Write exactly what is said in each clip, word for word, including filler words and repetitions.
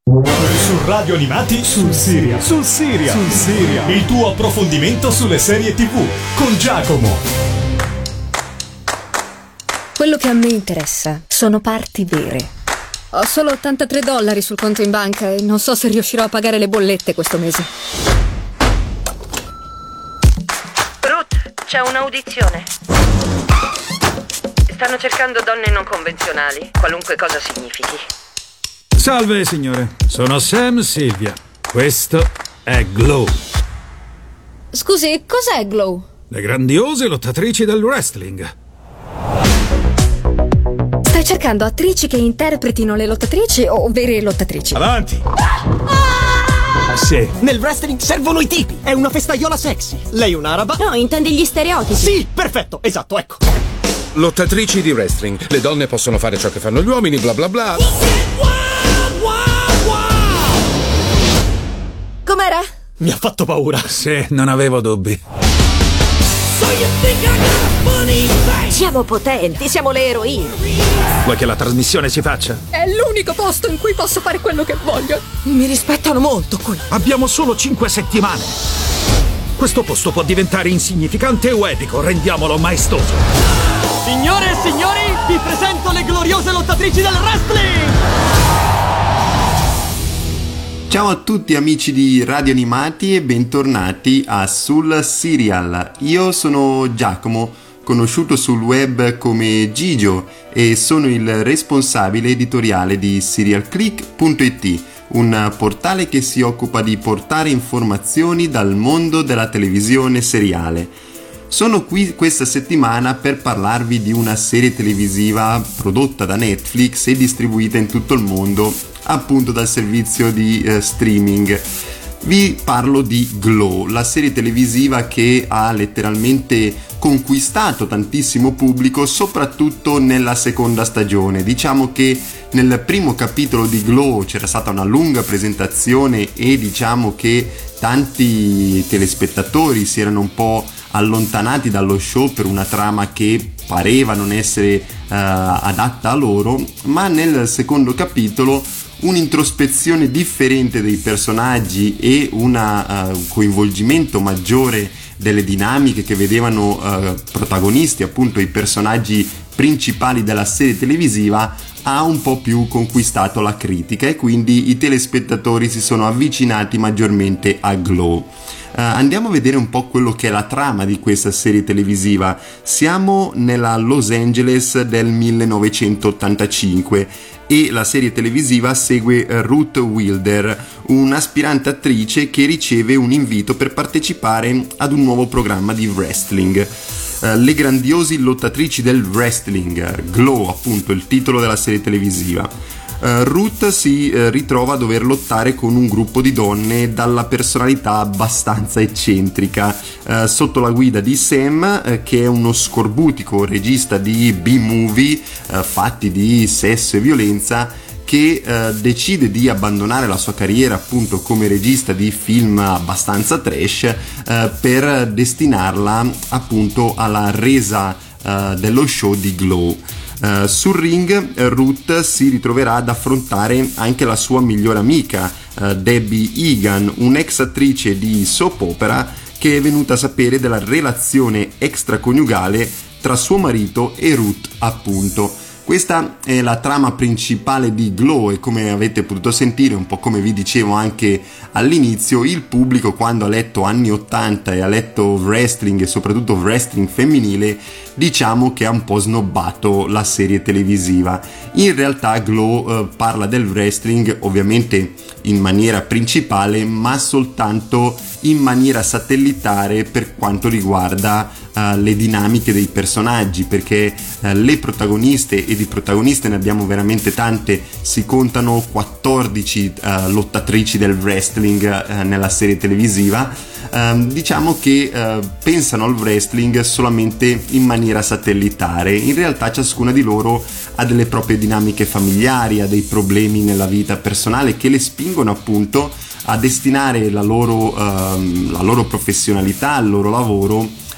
Su Radio Animati sul Serial. Sul Serial. Sul Serial. Il tuo approfondimento sulle serie tivù con Giacomo. Quello che a me interessa sono parti vere. Ho solo ottantatré dollari sul conto in banca e non so se riuscirò a pagare le bollette questo mese. Ruth, c'è un'audizione. Stanno cercando donne non convenzionali, qualunque cosa significhi. Salve signore, sono Sam Silvia. Questo è Glow. Scusi, cos'è Glow? Le grandiose lottatrici del wrestling. Stai cercando attrici che interpretino le lottatrici o vere lottatrici? Avanti! Sì. Nel wrestling servono i tipi. È una festaiola sexy. Lei un'araba? No, intendi gli stereotipi. Sì, perfetto, esatto, ecco. Lottatrici di wrestling. Le donne possono fare ciò che fanno gli uomini, bla bla bla. Com'era? Mi ha fatto paura. Sì, non avevo dubbi. Siamo potenti, siamo le eroine. Vuoi che la trasmissione si faccia? È l'unico posto in cui posso fare quello che voglio. Mi rispettano molto qui. Abbiamo solo cinque settimane. Questo posto può diventare insignificante o epico, rendiamolo maestoso. Signore e signori, vi presento le gloriose lottatrici del wrestling! Ciao a tutti amici di Radio Animati e bentornati a Sul Serial. Io sono Giacomo, conosciuto sul web come Gigio, e sono il responsabile editoriale di serial click punto it, un portale che si occupa di portare informazioni dal mondo della televisione seriale. Sono qui questa settimana per parlarvi di una serie televisiva prodotta da Netflix e distribuita in tutto il mondo, appunto dal servizio di eh, streaming. Vi parlo di Glow, la serie televisiva che ha letteralmente conquistato tantissimo pubblico, soprattutto nella seconda stagione. Diciamo che nel primo capitolo di Glow c'era stata una lunga presentazione e diciamo che tanti telespettatori si erano un po' allontanati dallo show per una trama che pareva non essere uh, adatta a loro, ma nel secondo capitolo un'introspezione differente dei personaggi e un uh, coinvolgimento maggiore delle dinamiche che vedevano uh, protagonisti, appunto i personaggi principali della serie televisiva, ha un po' più conquistato la critica e quindi i telespettatori si sono avvicinati maggiormente a Glow. Uh, andiamo a vedere un po' quello che è la trama di questa serie televisiva. Siamo nella Los Angeles del millenovecentottantacinque e la serie televisiva segue Ruth Wilder, un'aspirante attrice che riceve un invito per partecipare ad un nuovo programma di wrestling. Uh, le grandiosi lottatrici del wrestling, Glow appunto il titolo della serie televisiva. Uh, Ruth si uh, ritrova a dover lottare con un gruppo di donne dalla personalità abbastanza eccentrica, uh, sotto la guida di Sam, uh, che è uno scorbutico regista di B-movie uh, fatti di sesso e violenza, che uh, decide di abbandonare la sua carriera appunto come regista di film abbastanza trash uh, per destinarla appunto alla resa uh, dello show di Glow. Uh, sul ring Ruth si ritroverà ad affrontare anche la sua migliore amica uh, Debbie Egan, un'ex attrice di soap opera che è venuta a sapere della relazione extraconiugale tra suo marito e Ruth appunto. Questa è la trama principale di Glow e, come avete potuto sentire, un po' come vi dicevo anche all'inizio, il pubblico quando ha letto anni ottanta e ha letto wrestling e soprattutto wrestling femminile, diciamo che ha un po' snobbato la serie televisiva. In realtà Glow eh, parla del wrestling ovviamente in maniera principale, ma soltanto in maniera satellitare per quanto riguarda uh, le dinamiche dei personaggi, perché uh, le protagoniste e di protagoniste ne abbiamo veramente tante, si contano quattordici uh, lottatrici del wrestling uh, nella serie televisiva. Uh, diciamo che uh, pensano al wrestling solamente in maniera satellitare. In realtà ciascuna di loro ha delle proprie dinamiche familiari, ha dei problemi nella vita personale che le spingono appunto a destinare la loro, uh, la loro professionalità, il loro lavoro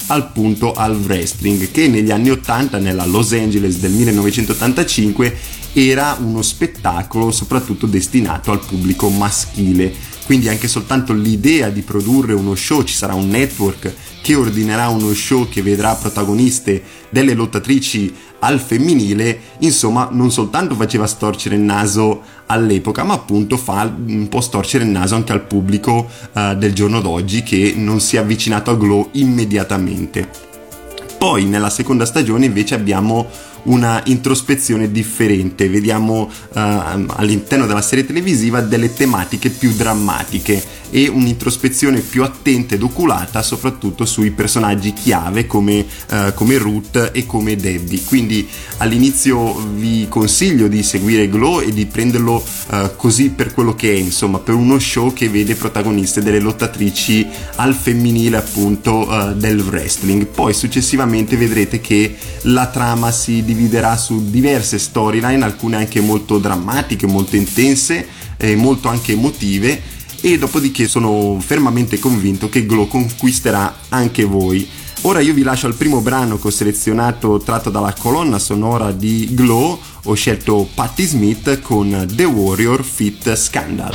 appunto al wrestling, che negli anni ottanta, nella Los Angeles del millenovecentottantacinque, era uno spettacolo soprattutto destinato al pubblico maschile. Quindi anche soltanto l'idea di produrre uno show, ci sarà un network che ordinerà uno show che vedrà protagoniste delle lottatrici al femminile, insomma non soltanto faceva storcere il naso all'epoca, ma appunto fa un po' storcere il naso anche al pubblico uh, del giorno d'oggi, che non si è avvicinato a Glow immediatamente. Poi nella seconda stagione invece abbiamo una introspezione differente, vediamo uh, all'interno della serie televisiva delle tematiche più drammatiche e un'introspezione più attenta ed oculata soprattutto sui personaggi chiave come, uh, come Ruth e come Debbie. Quindi all'inizio vi consiglio di seguire Glow e di prenderlo uh, così per quello che è, insomma, per uno show che vede protagoniste delle lottatrici al femminile appunto uh, del wrestling. Poi successivamente vedrete che la trama si dividerà su diverse storyline, alcune anche molto drammatiche, molto intense e molto anche emotive, e dopodiché sono fermamente convinto che Glow conquisterà anche voi. Ora io vi lascio al primo brano che ho selezionato tratto dalla colonna sonora di Glow. Ho scelto Patti Smith con The Warrior feat. Scandal.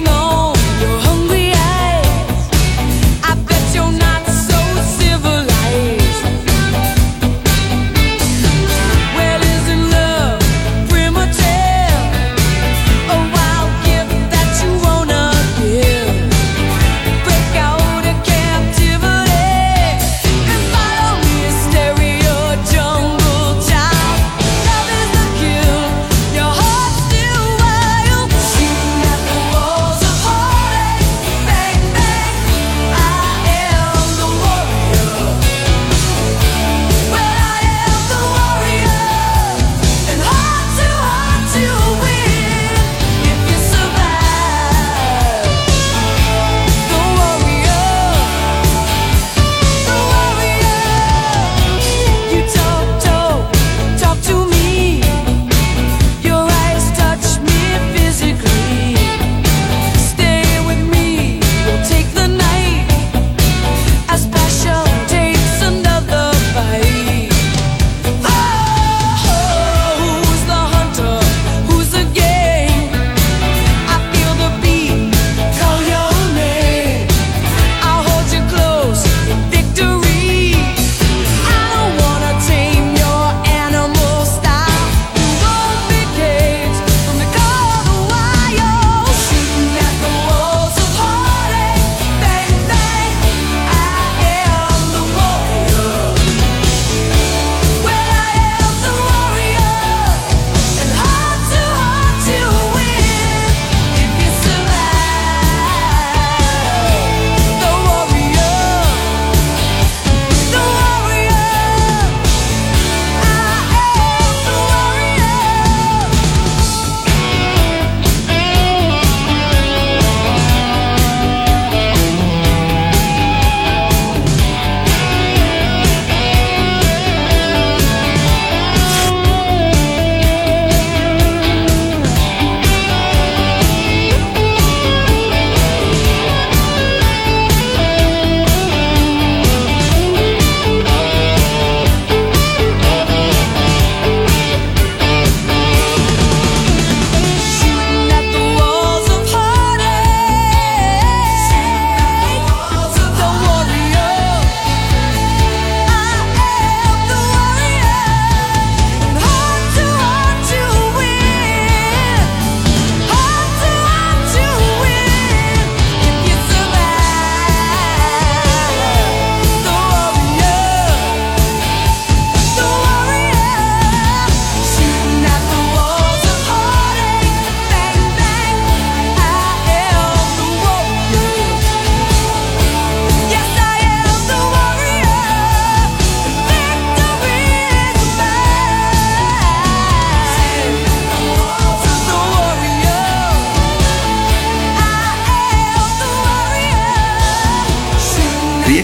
Feeding on your hungry eyes, I bet you're not so civilized.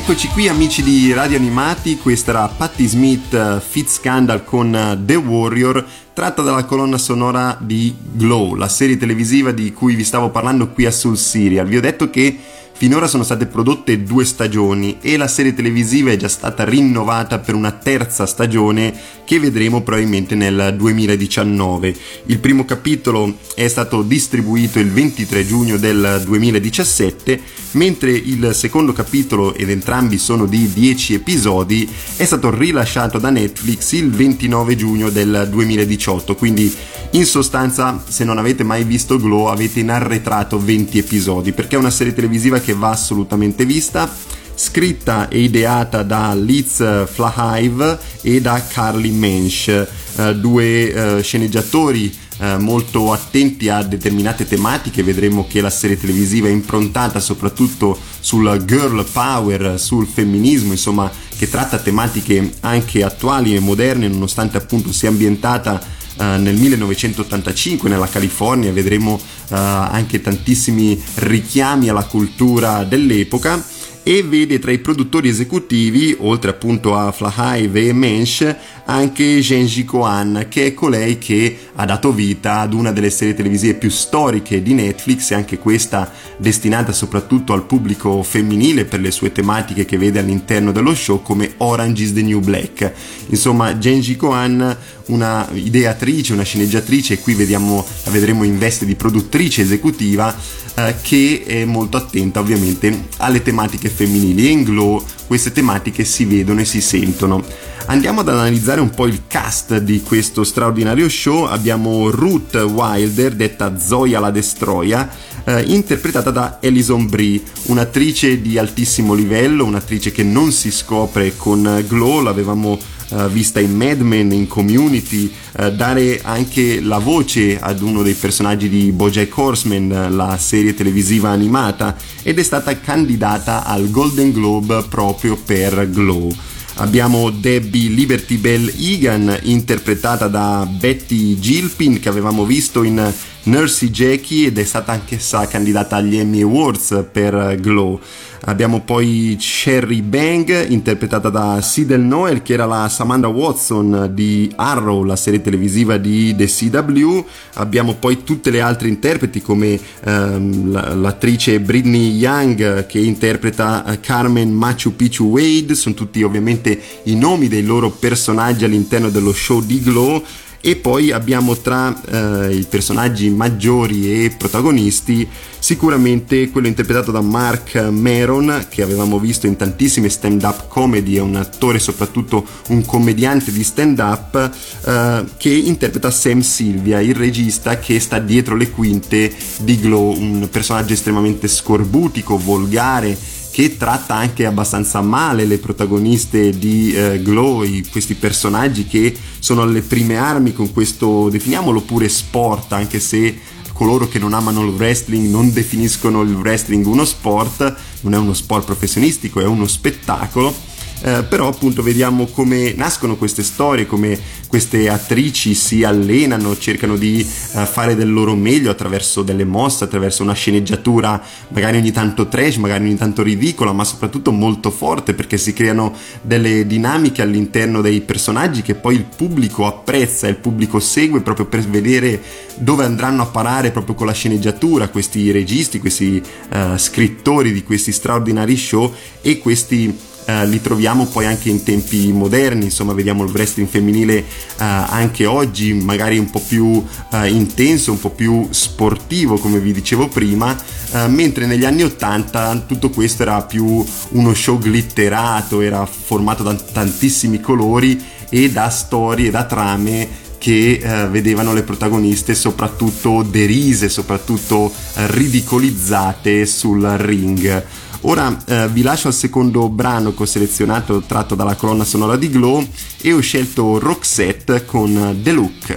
Eccoci qui amici di Radio Animati, questa era Patti Smith feat. Scandal con The Warrior, tratta dalla colonna sonora di Glow, la serie televisiva di cui vi stavo parlando qui a Sul Serial. Vi ho detto che finora sono state prodotte due stagioni e la serie televisiva è già stata rinnovata per una terza stagione che vedremo probabilmente nel duemiladiciannove. Il primo capitolo è stato distribuito il ventitré giugno del duemiladiciassette, mentre il secondo capitolo, ed entrambi sono di dieci episodi, è stato rilasciato da Netflix il ventinove giugno del duemiladiciotto. Quindi in sostanza, se non avete mai visto Glow, avete in arretrato venti episodi, perché è una serie televisiva che va assolutamente vista, scritta e ideata da Liz Flahive e da Carly Mensch, eh, due eh, sceneggiatori eh, molto attenti a determinate tematiche. Vedremo che la serie televisiva è improntata soprattutto sul girl power, sul femminismo, insomma, che tratta tematiche anche attuali e moderne, nonostante appunto sia ambientata Uh, nel millenovecentottantacinque nella California. Vedremo uh, anche tantissimi richiami alla cultura dell'epoca, e vede tra i produttori esecutivi, oltre appunto a Flahive e Mensch, anche Genji Kohan, che è colei che ha dato vita ad una delle serie televisive più storiche di Netflix, e anche questa destinata soprattutto al pubblico femminile per le sue tematiche che vede all'interno dello show, come Orange is the New Black. Insomma, Genji Kohan, una ideatrice, una sceneggiatrice, e qui vediamo, la vedremo in veste di produttrice esecutiva, eh, che è molto attenta ovviamente alle tematiche femminili, e in Glow queste tematiche si vedono e si sentono. Andiamo ad analizzare un po' il cast di questo straordinario show. Abbiamo Ruth Wilder, detta Zoya la Destroia, eh, interpretata da Alison Brie, un'attrice di altissimo livello, un'attrice che non si scopre con Glow. L'avevamo Uh, vista in Mad Men, in Community, uh, dare anche la voce ad uno dei personaggi di BoJack Horseman, la serie televisiva animata, ed è stata candidata al Golden Globe proprio per Glow. Abbiamo Debbie Liberty Bell Egan, interpretata da Betty Gilpin, che avevamo visto in Nurse Jackie, ed è stata anch'essa candidata agli Emmy Awards per Glow. Abbiamo poi Sherry Bang, interpretata da Sydel Noel, che era la Samantha Watson di Arrow, la serie televisiva di The C W. Abbiamo poi tutte le altre interpreti, come ehm, l'attrice Brittany Young, che interpreta Carmen Machu Picchu Wade. Sono tutti ovviamente i nomi dei loro personaggi all'interno dello show di Glow. E poi abbiamo tra eh, i personaggi maggiori e protagonisti sicuramente quello interpretato da Mark Maron, che avevamo visto in tantissime stand-up comedy, è un attore, soprattutto un commediante di stand-up, eh, che interpreta Sam Sylvia, il regista che sta dietro le quinte di Glow, un personaggio estremamente scorbutico, volgare, che tratta anche abbastanza male le protagoniste di eh, Glow, questi personaggi che sono alle prime armi con questo, definiamolo pure sport, anche se coloro che non amano il wrestling non definiscono il wrestling uno sport, non è uno sport professionistico, è uno spettacolo. Eh, però appunto vediamo come nascono queste storie, come queste attrici si allenano, cercano di eh, fare del loro meglio attraverso delle mosse, attraverso una sceneggiatura magari ogni tanto trash, magari ogni tanto ridicola, ma soprattutto molto forte, perché si creano delle dinamiche all'interno dei personaggi che poi il pubblico apprezza, il pubblico segue proprio per vedere dove andranno a parare proprio con la sceneggiatura questi registi, questi eh, scrittori di questi straordinari show, e questi Uh, li troviamo poi anche in tempi moderni. Insomma, vediamo il wrestling femminile uh, anche oggi, magari un po' più uh, intenso, un po' più sportivo, come vi dicevo prima, uh, mentre negli anni ottanta tutto questo era più uno show glitterato, era formato da tantissimi colori e da storie, da trame che eh, vedevano le protagoniste soprattutto derise, soprattutto eh, ridicolizzate sul ring. Ora eh, vi lascio al secondo brano che ho selezionato, tratto dalla colonna sonora di Glow, e ho scelto Roxette con The Look.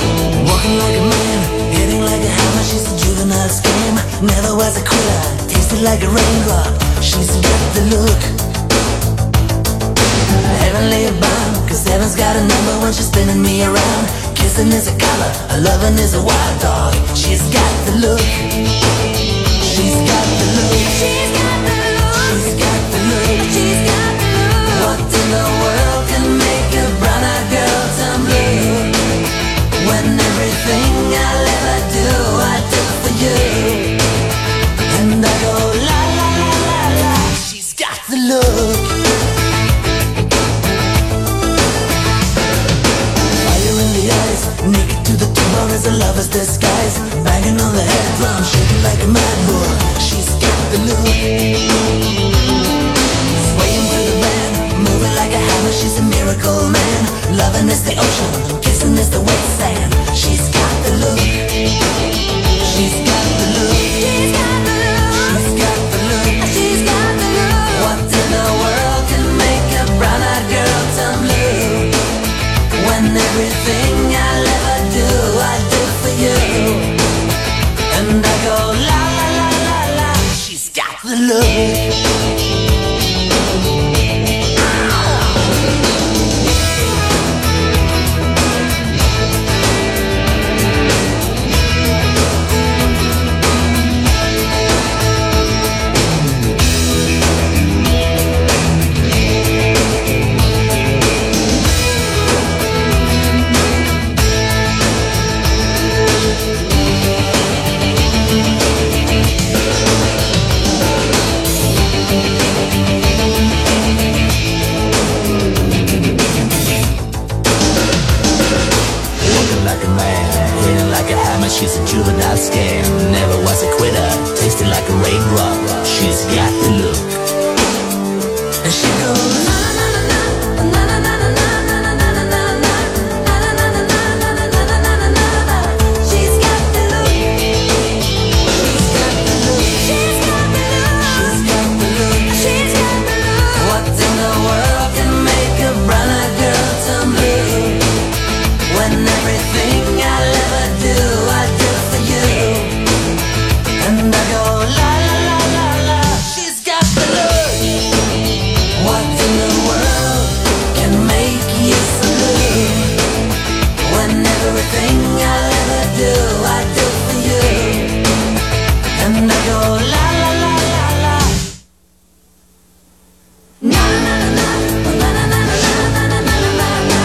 Never was a quitter, taste the got a number when she's spinning me around. Kissing is a color, her loving is a wild dog. She's got the look. She's got the look. She's got the look. She's got the look. She's got the look. What in the world can make a brown-eyed girl turn blue? When everything I'll ever do, I do for you. And I go la la la la la. She's got the look. Fire in the eyes, naked to the tomb as a lover's disguise. Banging on the head drum, shaking like a mad bull. She's got the look. Swaying through the band, moving like a hammer. She's a miracle man. Loving is the ocean, kissing is the wet sand. She's got the look. She's got the look. She's got the look. She's got the look. She's got the look. What in the world can make a brown-eyed girl turn blue? When everything I'll ever do, I do for you. And I go la la la la la. She's got the look. She's a juvenile scam, never was a quitter, tasted like a raindrop. She's got the look. And she goes na na na na na na na na na na na na na. She's got the look. She's got the look. She's got the look. She's got the look. What in the world can make a brown-eyed girl turn blue? When everything I'll ever do, I do for you. And I go la la la la la. She's got the look. What in the world can make you so blue? When everything I'll ever do, I do for you. And I go la la la la la. Na na na na na na na na na na na.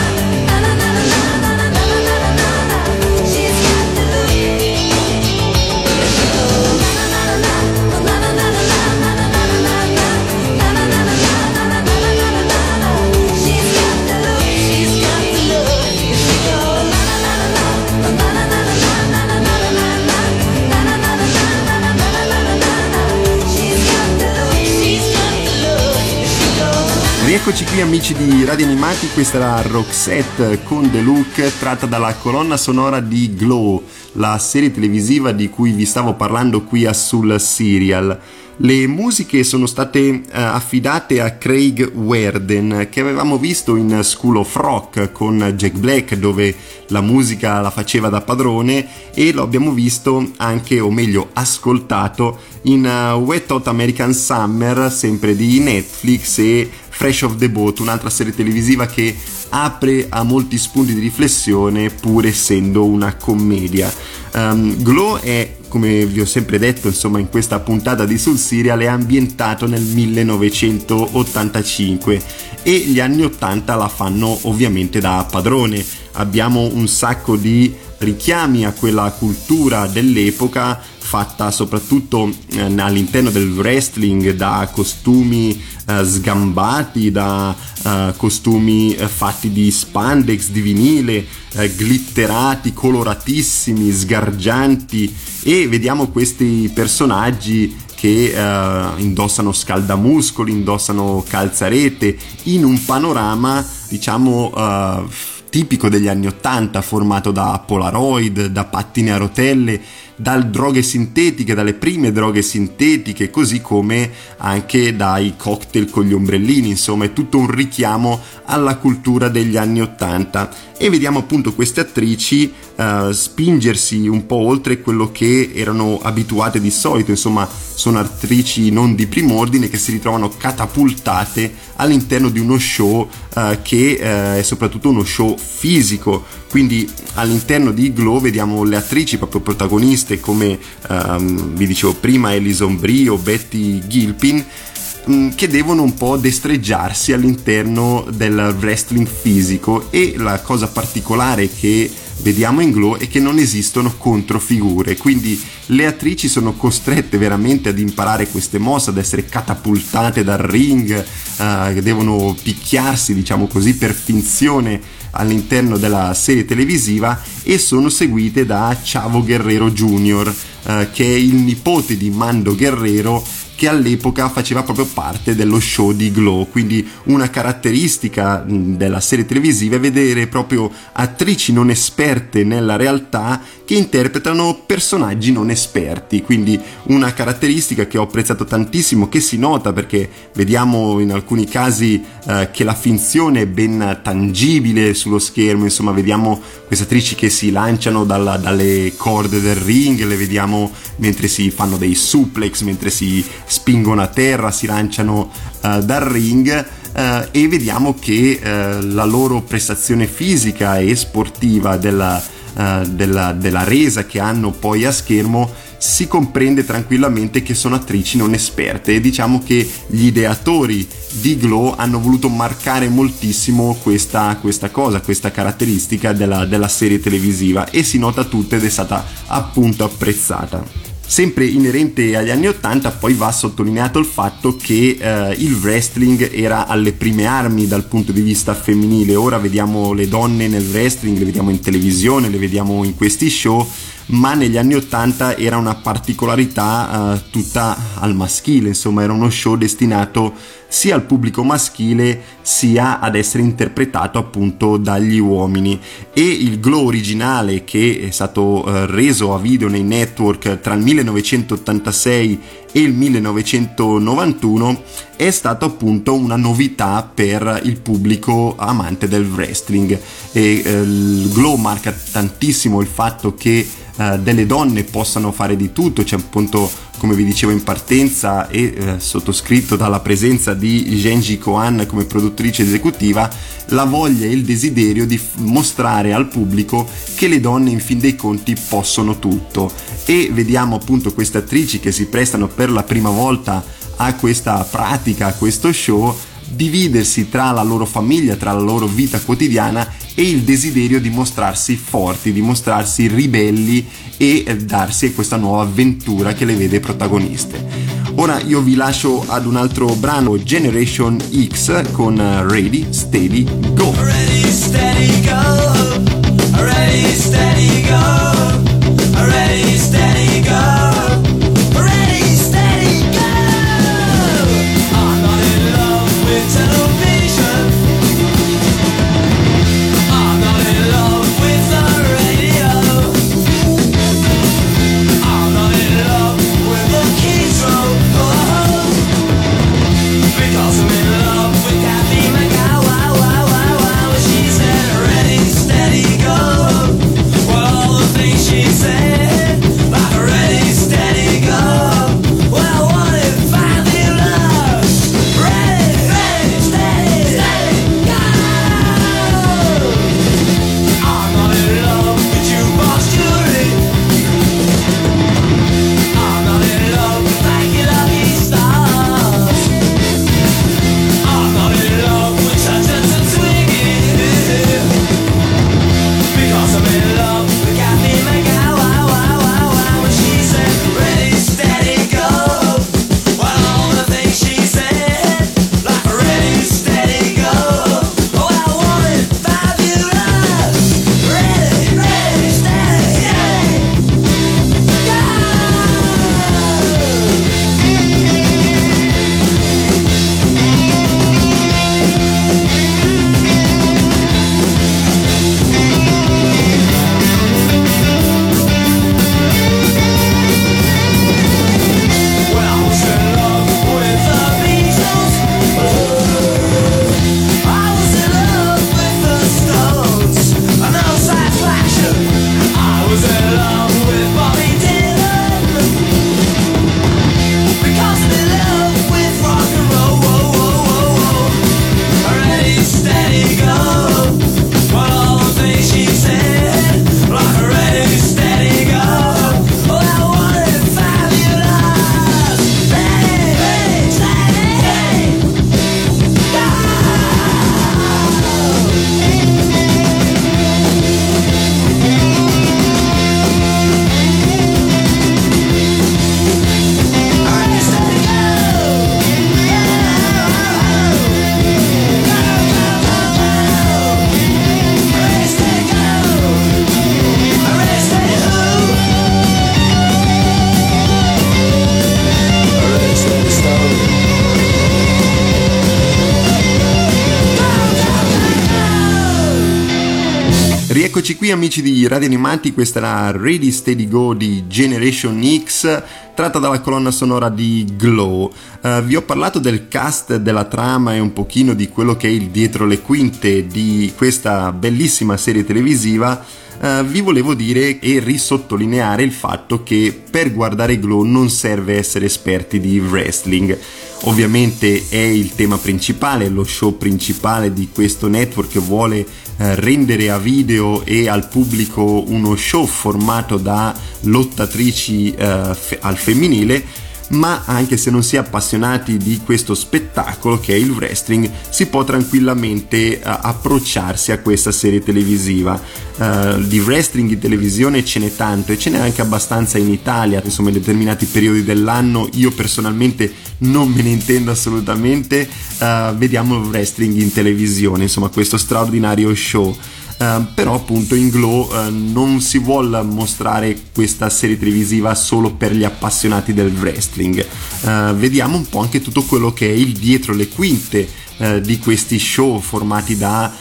Rieccoci qui amici di Radio Animati, questa era Roxette con The Look, tratta dalla colonna sonora di Glow, la serie televisiva di cui vi stavo parlando qui a Sul Serial. Le musiche sono state uh, affidate a Craig Werden, che avevamo visto in School of Rock con Jack Black, dove la musica la faceva da padrone, e lo abbiamo visto anche, o meglio ascoltato, in uh, Wet Hot American Summer, sempre di Netflix, e Fresh Off the Boat, un'altra serie televisiva che apre a molti spunti di riflessione pur essendo una commedia. Um, Glow è, come vi ho sempre detto, insomma, in questa puntata di Sul Serial, è ambientato nel millenovecentottantacinque e gli anni ottanta la fanno ovviamente da padrone. Abbiamo un sacco di richiami a quella cultura dell'epoca, fatta soprattutto eh, all'interno del wrestling, da costumi eh, sgambati, da eh, costumi eh, fatti di spandex, di vinile, eh, glitterati, coloratissimi, sgargianti, e vediamo questi personaggi che eh, indossano scaldamuscoli, indossano calzarete, in un panorama, diciamo, eh, tipico degli anni ottanta, formato da Polaroid, da pattini a rotelle, da droghe sintetiche, dalle prime droghe sintetiche, così come anche dai cocktail con gli ombrellini. Insomma, è tutto un richiamo alla cultura degli anni ottanta, e vediamo appunto queste attrici uh, spingersi un po' oltre quello che erano abituate di solito. Insomma, sono attrici non di prim'ordine che si ritrovano catapultate all'interno di uno show uh, che uh, è soprattutto uno show fisico. Quindi all'interno di Glow vediamo le attrici proprio protagoniste come um, vi dicevo prima, Alison Brie o Betty Gilpin, um, che devono un po' destreggiarsi all'interno del wrestling fisico. E la cosa particolare che vediamo in Glow è che non esistono controfigure, quindi le attrici sono costrette veramente ad imparare queste mosse, ad essere catapultate dal ring, uh, devono picchiarsi, diciamo così, per finzione all'interno della serie televisiva, e sono seguite da Chavo Guerrero Junior, uh, che è il nipote di Mando Guerrero, che all'epoca faceva proprio parte dello show di Glow. Quindi una caratteristica della serie televisiva è vedere proprio attrici non esperte nella realtà che interpretano personaggi non esperti. Quindi una caratteristica che ho apprezzato tantissimo, che si nota perché vediamo in alcuni casi eh, che la finzione è ben tangibile sullo schermo. Insomma, vediamo queste attrici che si lanciano dalla, dalle corde del ring, le vediamo mentre si fanno dei suplex, mentre si spingono a terra, si lanciano uh, dal ring, uh, e vediamo che uh, la loro prestazione fisica e sportiva della, uh, della, della resa che hanno poi a schermo si comprende tranquillamente che sono attrici non esperte. E diciamo che gli ideatori di Glow hanno voluto marcare moltissimo questa, questa cosa, questa caratteristica della, della serie televisiva, e si nota tutta ed è stata appunto apprezzata. Sempre inerente agli anni ottanta, poi va sottolineato il fatto che eh, il wrestling era alle prime armi dal punto di vista femminile. Ora vediamo le donne nel wrestling, le vediamo in televisione, le vediamo in questi show, ma negli anni ottanta era una particolarità eh, tutta al maschile. Insomma, era uno show destinato sia al pubblico maschile sia ad essere interpretato appunto dagli uomini. E il Glow originale, che è stato eh, reso a video nei network tra il millenovecentottantasei e il millenovecentonovantuno, è stato appunto una novità per il pubblico amante del wrestling. E eh, il Glow marca tantissimo il fatto che Uh, delle donne possano fare di tutto. C'è appunto, come vi dicevo in partenza e uh, sottoscritto dalla presenza di Genji Kohan come produttrice esecutiva, la voglia e il desiderio di f- mostrare al pubblico che le donne in fin dei conti possono tutto. E vediamo appunto queste attrici che si prestano per la prima volta a questa pratica, a questo show, dividersi tra la loro famiglia, tra la loro vita quotidiana e il desiderio di mostrarsi forti, di mostrarsi ribelli e darsi a questa nuova avventura che le vede protagoniste. Ora io vi lascio ad un altro brano, Generation X, con Ready, Steady, Go. Ready, steady, go. Ready, steady, go. Ready, steady, go. Ready, steady, go. I'm not in love with television. I'm not in love with the radio. I'm not in love with the control. Because I'm in love with Kathy McCow. Wow, wow, wow, wow. She said, ready, steady, go. Well, all the things she said, like ready, Eccoci qui amici di Radio Animati, questa è la Ready Steady Go di Generation X, tratta dalla colonna sonora di Glow. Uh, vi ho parlato del cast, della trama e un pochino di quello che è il dietro le quinte di questa bellissima serie televisiva. Uh, vi volevo dire e risottolineare il fatto che per guardare Glow non serve essere esperti di wrestling. Ovviamente è il tema principale, lo show principale di questo network che vuole uh, rendere a video e al pubblico uno show formato da lottatrici uh, fe- al femminile. Ma anche se non si è appassionati di questo spettacolo che è il wrestling, si può tranquillamente uh, approcciarsi a questa serie televisiva. Uh, di wrestling in televisione ce n'è tanto e ce n'è anche abbastanza in Italia, insomma in determinati periodi dell'anno. Io personalmente non me ne intendo assolutamente. Uh, vediamo il wrestling in televisione, insomma questo straordinario show. Uh, però appunto in Glow uh, non si vuole mostrare questa serie televisiva solo per gli appassionati del wrestling. Uh, vediamo un po' anche tutto quello che è il dietro le quinte uh, di questi show formati da,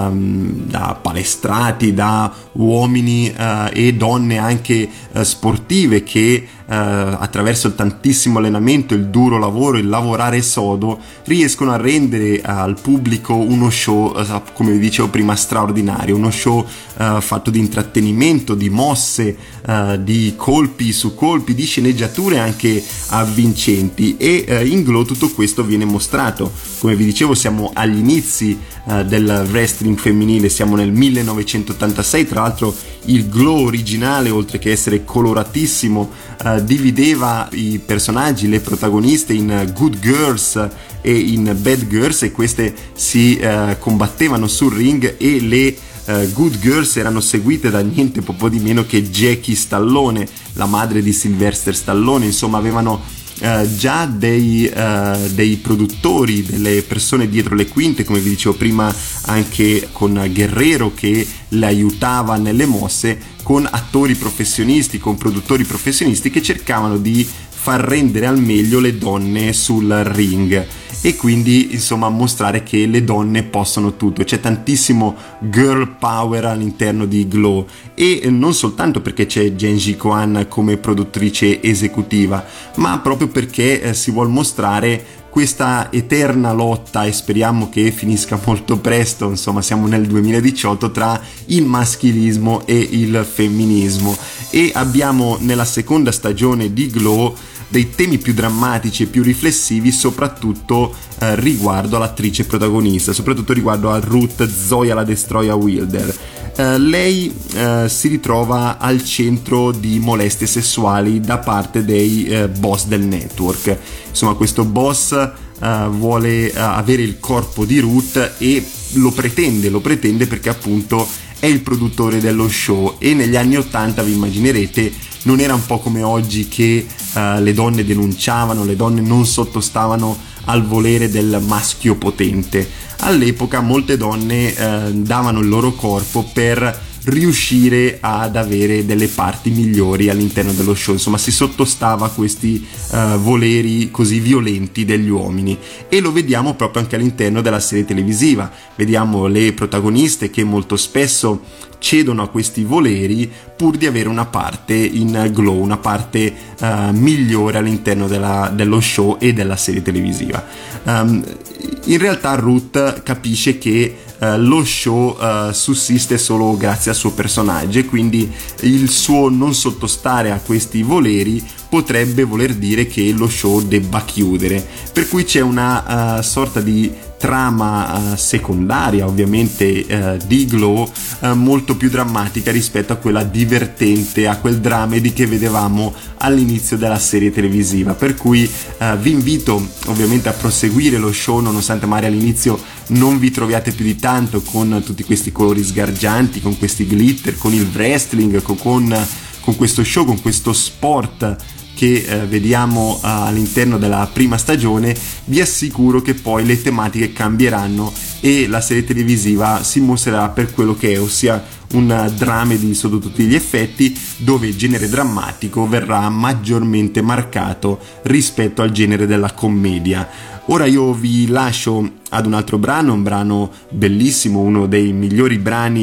um, da palestrati, da uomini uh, e donne anche uh, sportive che uh, attraverso il tantissimo allenamento, il duro lavoro, il lavorare sodo riescono a rendere uh, al pubblico uno show, uh, come vi dicevo prima, straordinario, uno show uh, fatto di intrattenimento, di mosse, uh, di colpi su colpi, di sceneggiature anche avvincenti e uh, in Glow tutto questo viene mostrato. Come vi dicevo siamo agli inizi uh, del wrestling femminile, siamo nel millenovecentottantasei, tra l'altro il Glow originale, oltre che essere coloratissimo, uh, divideva i personaggi, le protagoniste in good girls e in bad girls, e queste si uh, combattevano sul ring e le uh, good girls erano seguite da niente poco di meno che Jackie Stallone, la madre di Sylvester Stallone. Insomma avevano Uh, già dei, uh, dei produttori, delle persone dietro le quinte, come vi dicevo prima anche con Guerrero che le aiutava nelle mosse, con attori professionisti, con produttori professionisti che cercavano di far rendere al meglio le donne sul ring e quindi insomma mostrare che le donne possono tutto. C'è tantissimo girl power all'interno di Glow e non soltanto perché c'è Genji Kohan come produttrice esecutiva, ma proprio perché eh, si vuol mostrare questa eterna lotta, e speriamo che finisca molto presto, insomma siamo nel duemiladiciotto, tra il maschilismo e il femminismo. E abbiamo nella seconda stagione di Glow dei temi più drammatici e più riflessivi, soprattutto eh, riguardo all'attrice protagonista, soprattutto riguardo a Ruth Zoya la Destroyer Wilder. Uh, lei uh, si ritrova al centro di molestie sessuali da parte dei uh, boss del network. Insomma, questo boss uh, vuole uh, avere il corpo di Ruth e lo pretende, lo pretende perché appunto è il produttore dello show, e negli anni ottanta, vi immaginerete, non era un po' come oggi che uh, le donne denunciavano, le donne non sottostavano al volere del maschio potente. All'epoca molte donne eh, davano il loro corpo per riuscire ad avere delle parti migliori all'interno dello show, insomma si sottostava a questi uh, voleri così violenti degli uomini, e lo vediamo proprio anche all'interno della serie televisiva. Vediamo le protagoniste che molto spesso cedono a questi voleri pur di avere una parte in Glow, una parte uh, migliore all'interno della, dello show e della serie televisiva. Um, in realtà Ruth capisce che Uh, lo show uh, sussiste solo grazie al suo personaggio, e quindi il suo non sottostare a questi voleri potrebbe voler dire che lo show debba chiudere, per cui c'è una uh, sorta di trama uh, secondaria ovviamente uh, di Glow uh, molto più drammatica rispetto a quella divertente, a quel dramedy che vedevamo all'inizio della serie televisiva, per cui uh, vi invito ovviamente a proseguire lo show, nonostante magari all'inizio non vi troviate più di tanto con tutti questi colori sgargianti, con questi glitter, con il wrestling, con, con, con questo show, con questo sport che eh, vediamo uh, all'interno della prima stagione. Vi assicuro che poi le tematiche cambieranno e la serie televisiva si mostrerà per quello che è, ossia un dramedy sotto tutti gli effetti, dove il genere drammatico verrà maggiormente marcato rispetto al genere della commedia. Ora io vi lascio ad un altro brano, un brano bellissimo, uno dei migliori brani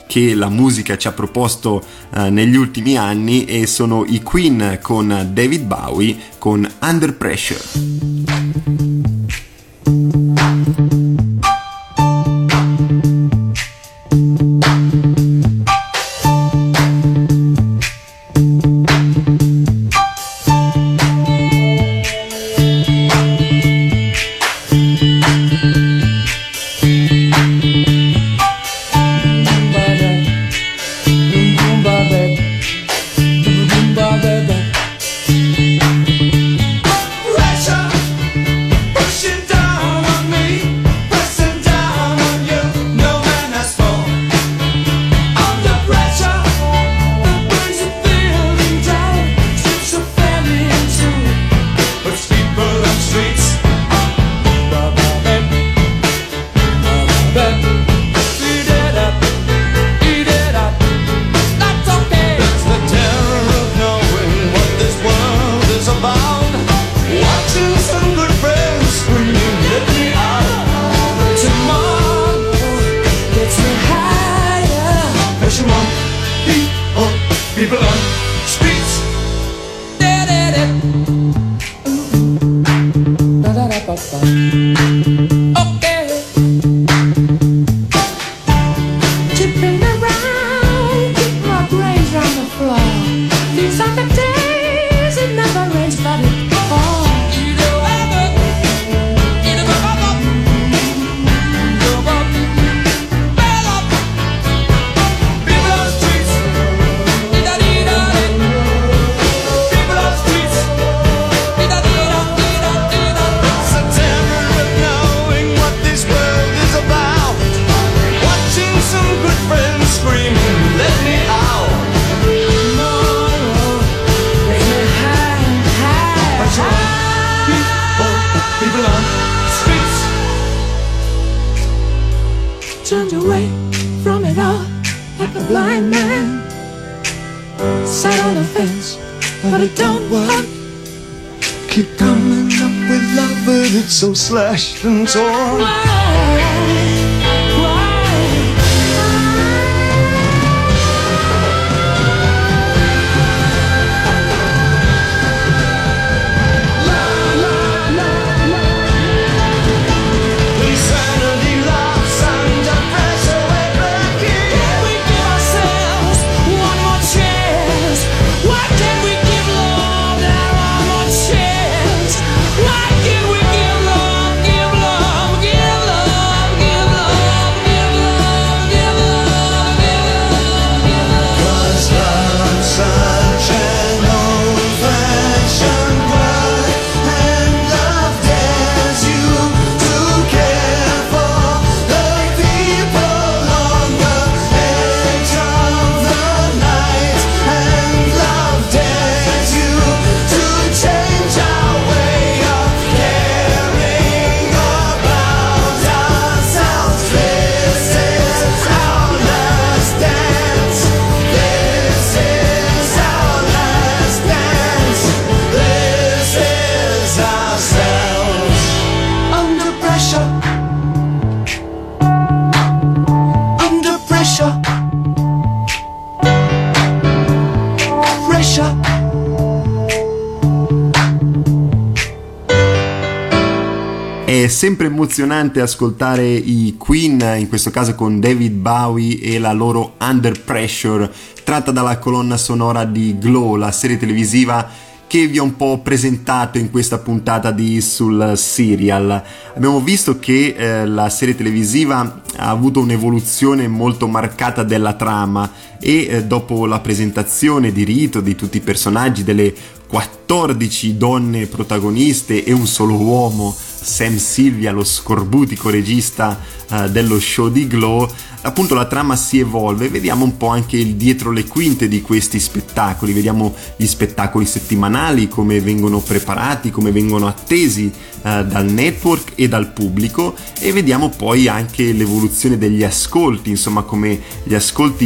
che la musica ci ha proposto eh, negli ultimi anni, e sono i Queen con David Bowie con Under Pressure. Turned away from it all like a blind man. Sat on the fence, but it don't work. Keep coming up with love, but it's so slashed and torn. Why? È sempre emozionante ascoltare i Queen, in questo caso con David Bowie e la loro Under Pressure, tratta dalla colonna sonora di Glow, la serie televisiva che vi ho un po' presentato in questa puntata di Sul Serial. Abbiamo visto che eh, la serie televisiva ha avuto un'evoluzione molto marcata della trama e eh, dopo la presentazione di rito di tutti i personaggi, delle quattordici donne protagoniste e un solo uomo, Sam Sylvia, lo scorbutico regista uh, dello show di Glow, appunto la trama si evolve. Vediamo un po' anche il dietro le quinte di questi spettacoli, vediamo gli spettacoli settimanali, come vengono preparati, come vengono attesi uh, dal network e dal pubblico, e vediamo poi anche l'evoluzione degli ascolti, insomma come gli ascolti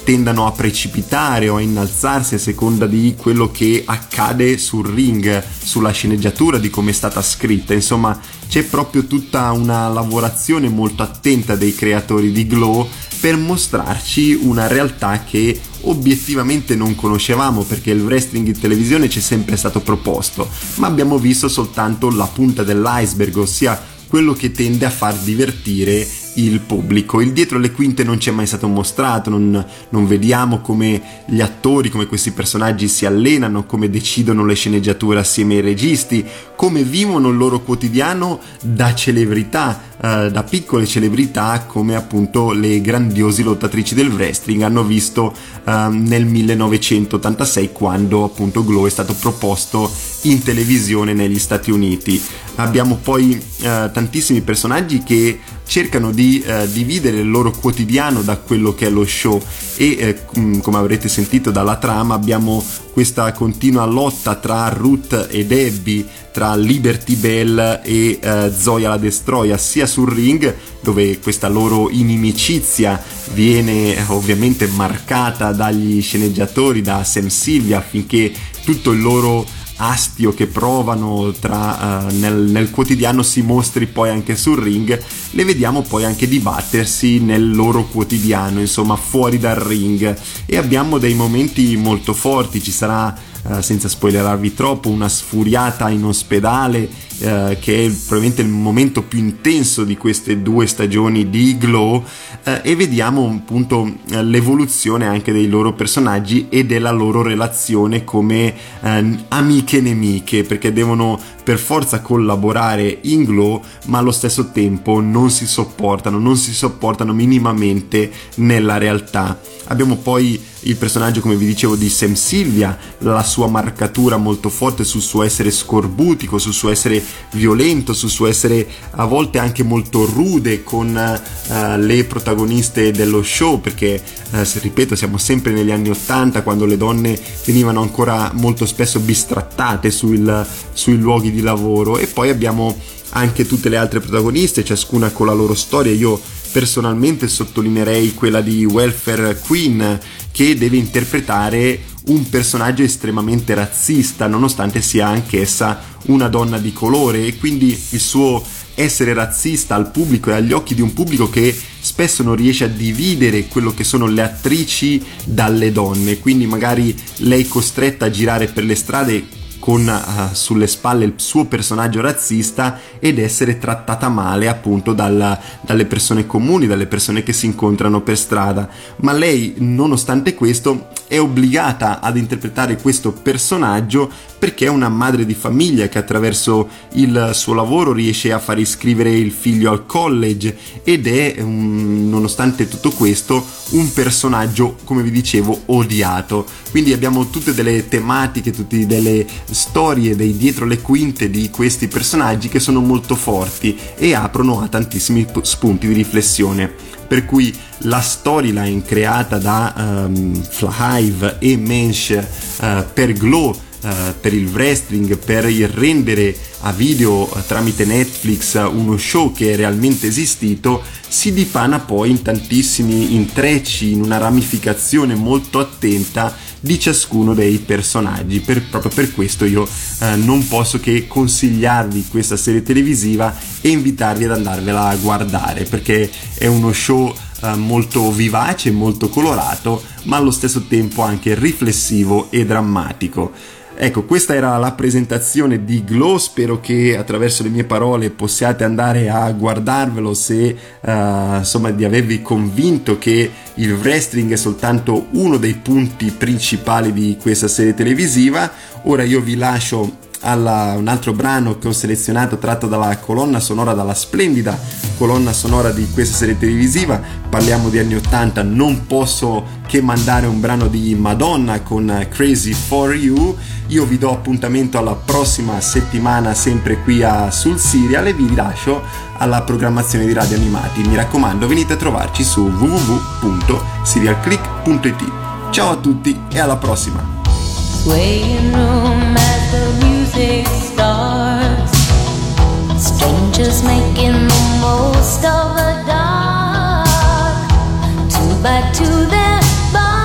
tendano a precipitare o a innalzarsi a seconda di quello che accade sul ring, sulla sceneggiatura, di come è stata scritta. Insomma, c'è proprio tutta una lavorazione molto attenta dei creatori di Glow per mostrarci una realtà che obiettivamente non conoscevamo, perché il wrestling in televisione ci è sempre stato proposto, ma abbiamo visto soltanto la punta dell'iceberg, ossia quello che tende a far divertire il pubblico. Il dietro le quinte non ci è mai stato mostrato, non, non vediamo come gli attori, come questi personaggi si allenano, come decidono le sceneggiature assieme ai registi, come vivono il loro quotidiano da celebrità, eh, da piccole celebrità, come appunto le grandiose lottatrici del wrestling hanno visto eh, nel millenovecentottantasei, quando appunto Glow è stato proposto in televisione negli Stati Uniti. Abbiamo poi eh, tantissimi personaggi che cercano di eh, dividere il loro quotidiano da quello che è lo show e eh, come avrete sentito dalla trama abbiamo questa continua lotta tra Ruth e Debbie, tra Liberty Bell e eh, Zoya la Destroyer, sia sul ring, dove questa loro inimicizia viene eh, ovviamente marcata dagli sceneggiatori, da Sam Sylvia, affinché tutto il loro astio che provano tra, uh, nel, nel quotidiano si mostri poi anche sul ring. Le vediamo poi anche dibattersi nel loro quotidiano, insomma fuori dal ring, e abbiamo dei momenti molto forti. Ci sarà, Uh, senza spoilerarvi troppo, una sfuriata in ospedale uh, che è probabilmente il momento più intenso di queste due stagioni di Glow, uh, e vediamo appunto uh, l'evoluzione anche dei loro personaggi e della loro relazione come uh, amiche e nemiche, perché devono per forza collaborare in Glow, ma allo stesso tempo non si sopportano, non si sopportano minimamente nella realtà. Abbiamo poi il personaggio, come vi dicevo, di Sam Sylvia, la sua marcatura molto forte sul suo essere scorbutico, sul suo essere violento, sul suo essere a volte anche molto rude con uh, le protagoniste dello show, perché uh, se ripeto, siamo sempre negli anni ottanta, quando le donne venivano ancora molto spesso bistrattate sul, sui luoghi di lavoro. E poi abbiamo anche tutte le altre protagoniste, ciascuna con la loro storia. Io personalmente sottolineerei quella di Welfare Queen, che deve interpretare un personaggio estremamente razzista, nonostante sia anch'essa una donna di colore, e quindi il suo essere razzista al pubblico e agli occhi di un pubblico che spesso non riesce a dividere quello che sono le attrici dalle donne. Quindi magari lei costretta a girare per le strade con uh, sulle spalle il suo personaggio razzista ed essere trattata male appunto dalla, dalle persone comuni, dalle persone che si incontrano per strada. Ma lei, nonostante questo, è obbligata ad interpretare questo personaggio perché è una madre di famiglia che attraverso il suo lavoro riesce a far iscrivere il figlio al college, ed è, um, nonostante tutto questo, un personaggio, come vi dicevo, odiato. Quindi abbiamo tutte delle tematiche, tutte delle storie dei dietro le quinte di questi personaggi che sono molto forti e aprono a tantissimi spunti di riflessione. Per cui la storyline creata da um, Flahive e Mensch uh, per Glow, uh, per il wrestling, per il rendere a video uh, tramite Netflix uh, uno show che è realmente esistito, si dipana poi in tantissimi intrecci, in una ramificazione molto attenta di ciascuno dei personaggi. Per, proprio per questo io eh, non posso che consigliarvi questa serie televisiva e invitarvi ad andarvela a guardare, perché è uno show eh, molto vivace, molto colorato, ma allo stesso tempo anche riflessivo e drammatico. Ecco, questa era la presentazione di Glow. Spero che attraverso le mie parole possiate andare a guardarvelo, se uh, insomma di avervi convinto che il wrestling è soltanto uno dei punti principali di questa serie televisiva. Ora io vi lascio alla, un altro brano che ho selezionato, tratto dalla colonna sonora, dalla splendida colonna sonora di questa serie televisiva. Parliamo di anni ottanta, non posso che mandare un brano di Madonna con Crazy for You. Io vi do appuntamento alla prossima settimana, sempre qui a Sul Serial, e vi lascio alla programmazione di Radio Animati. Mi raccomando, venite a trovarci su w w w punto serial click punto i t. Ciao a tutti e alla prossima. Swaying room as the music starts, strangers making the most of the dark, two by two their bodies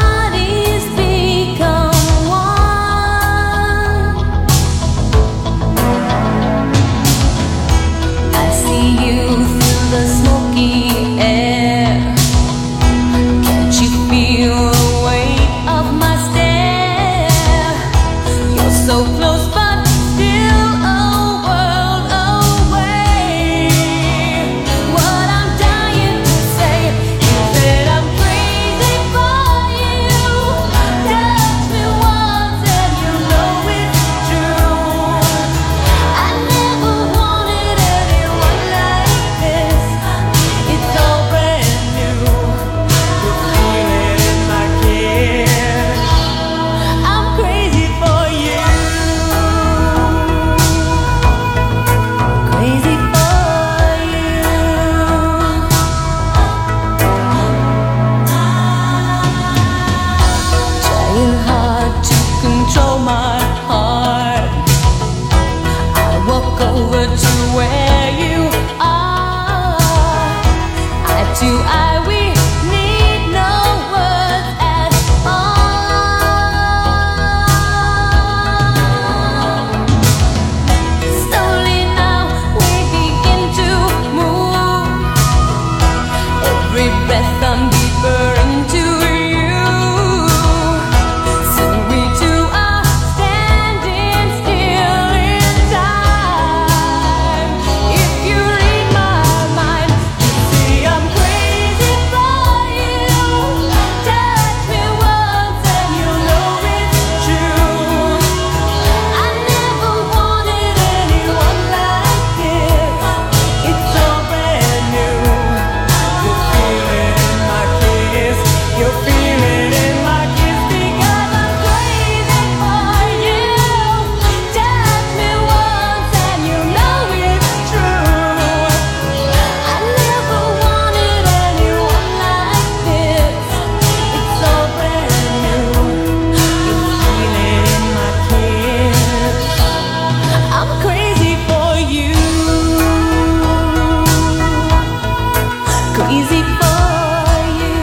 crazy for you,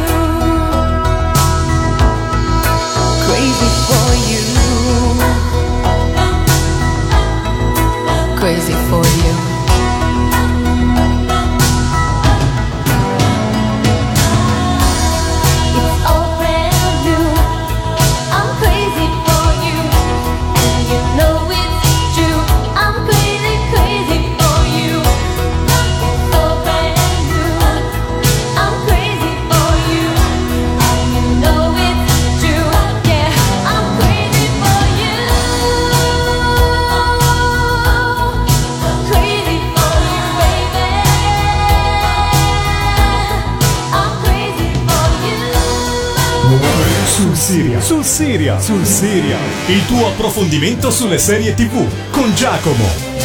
crazy for you, crazy for you. It's all brand new. I'm crazy for you, and you know it's true. I'm crazy, crazy for you. It's all brand new. I'm crazy for you, and you know it's true. Yeah, I'm crazy for you. Crazy for you, baby. I'm crazy for you. Sul Serial, sul Serial, sul Serial. Il tuo approfondimento sulle serie tivù con Giacomo.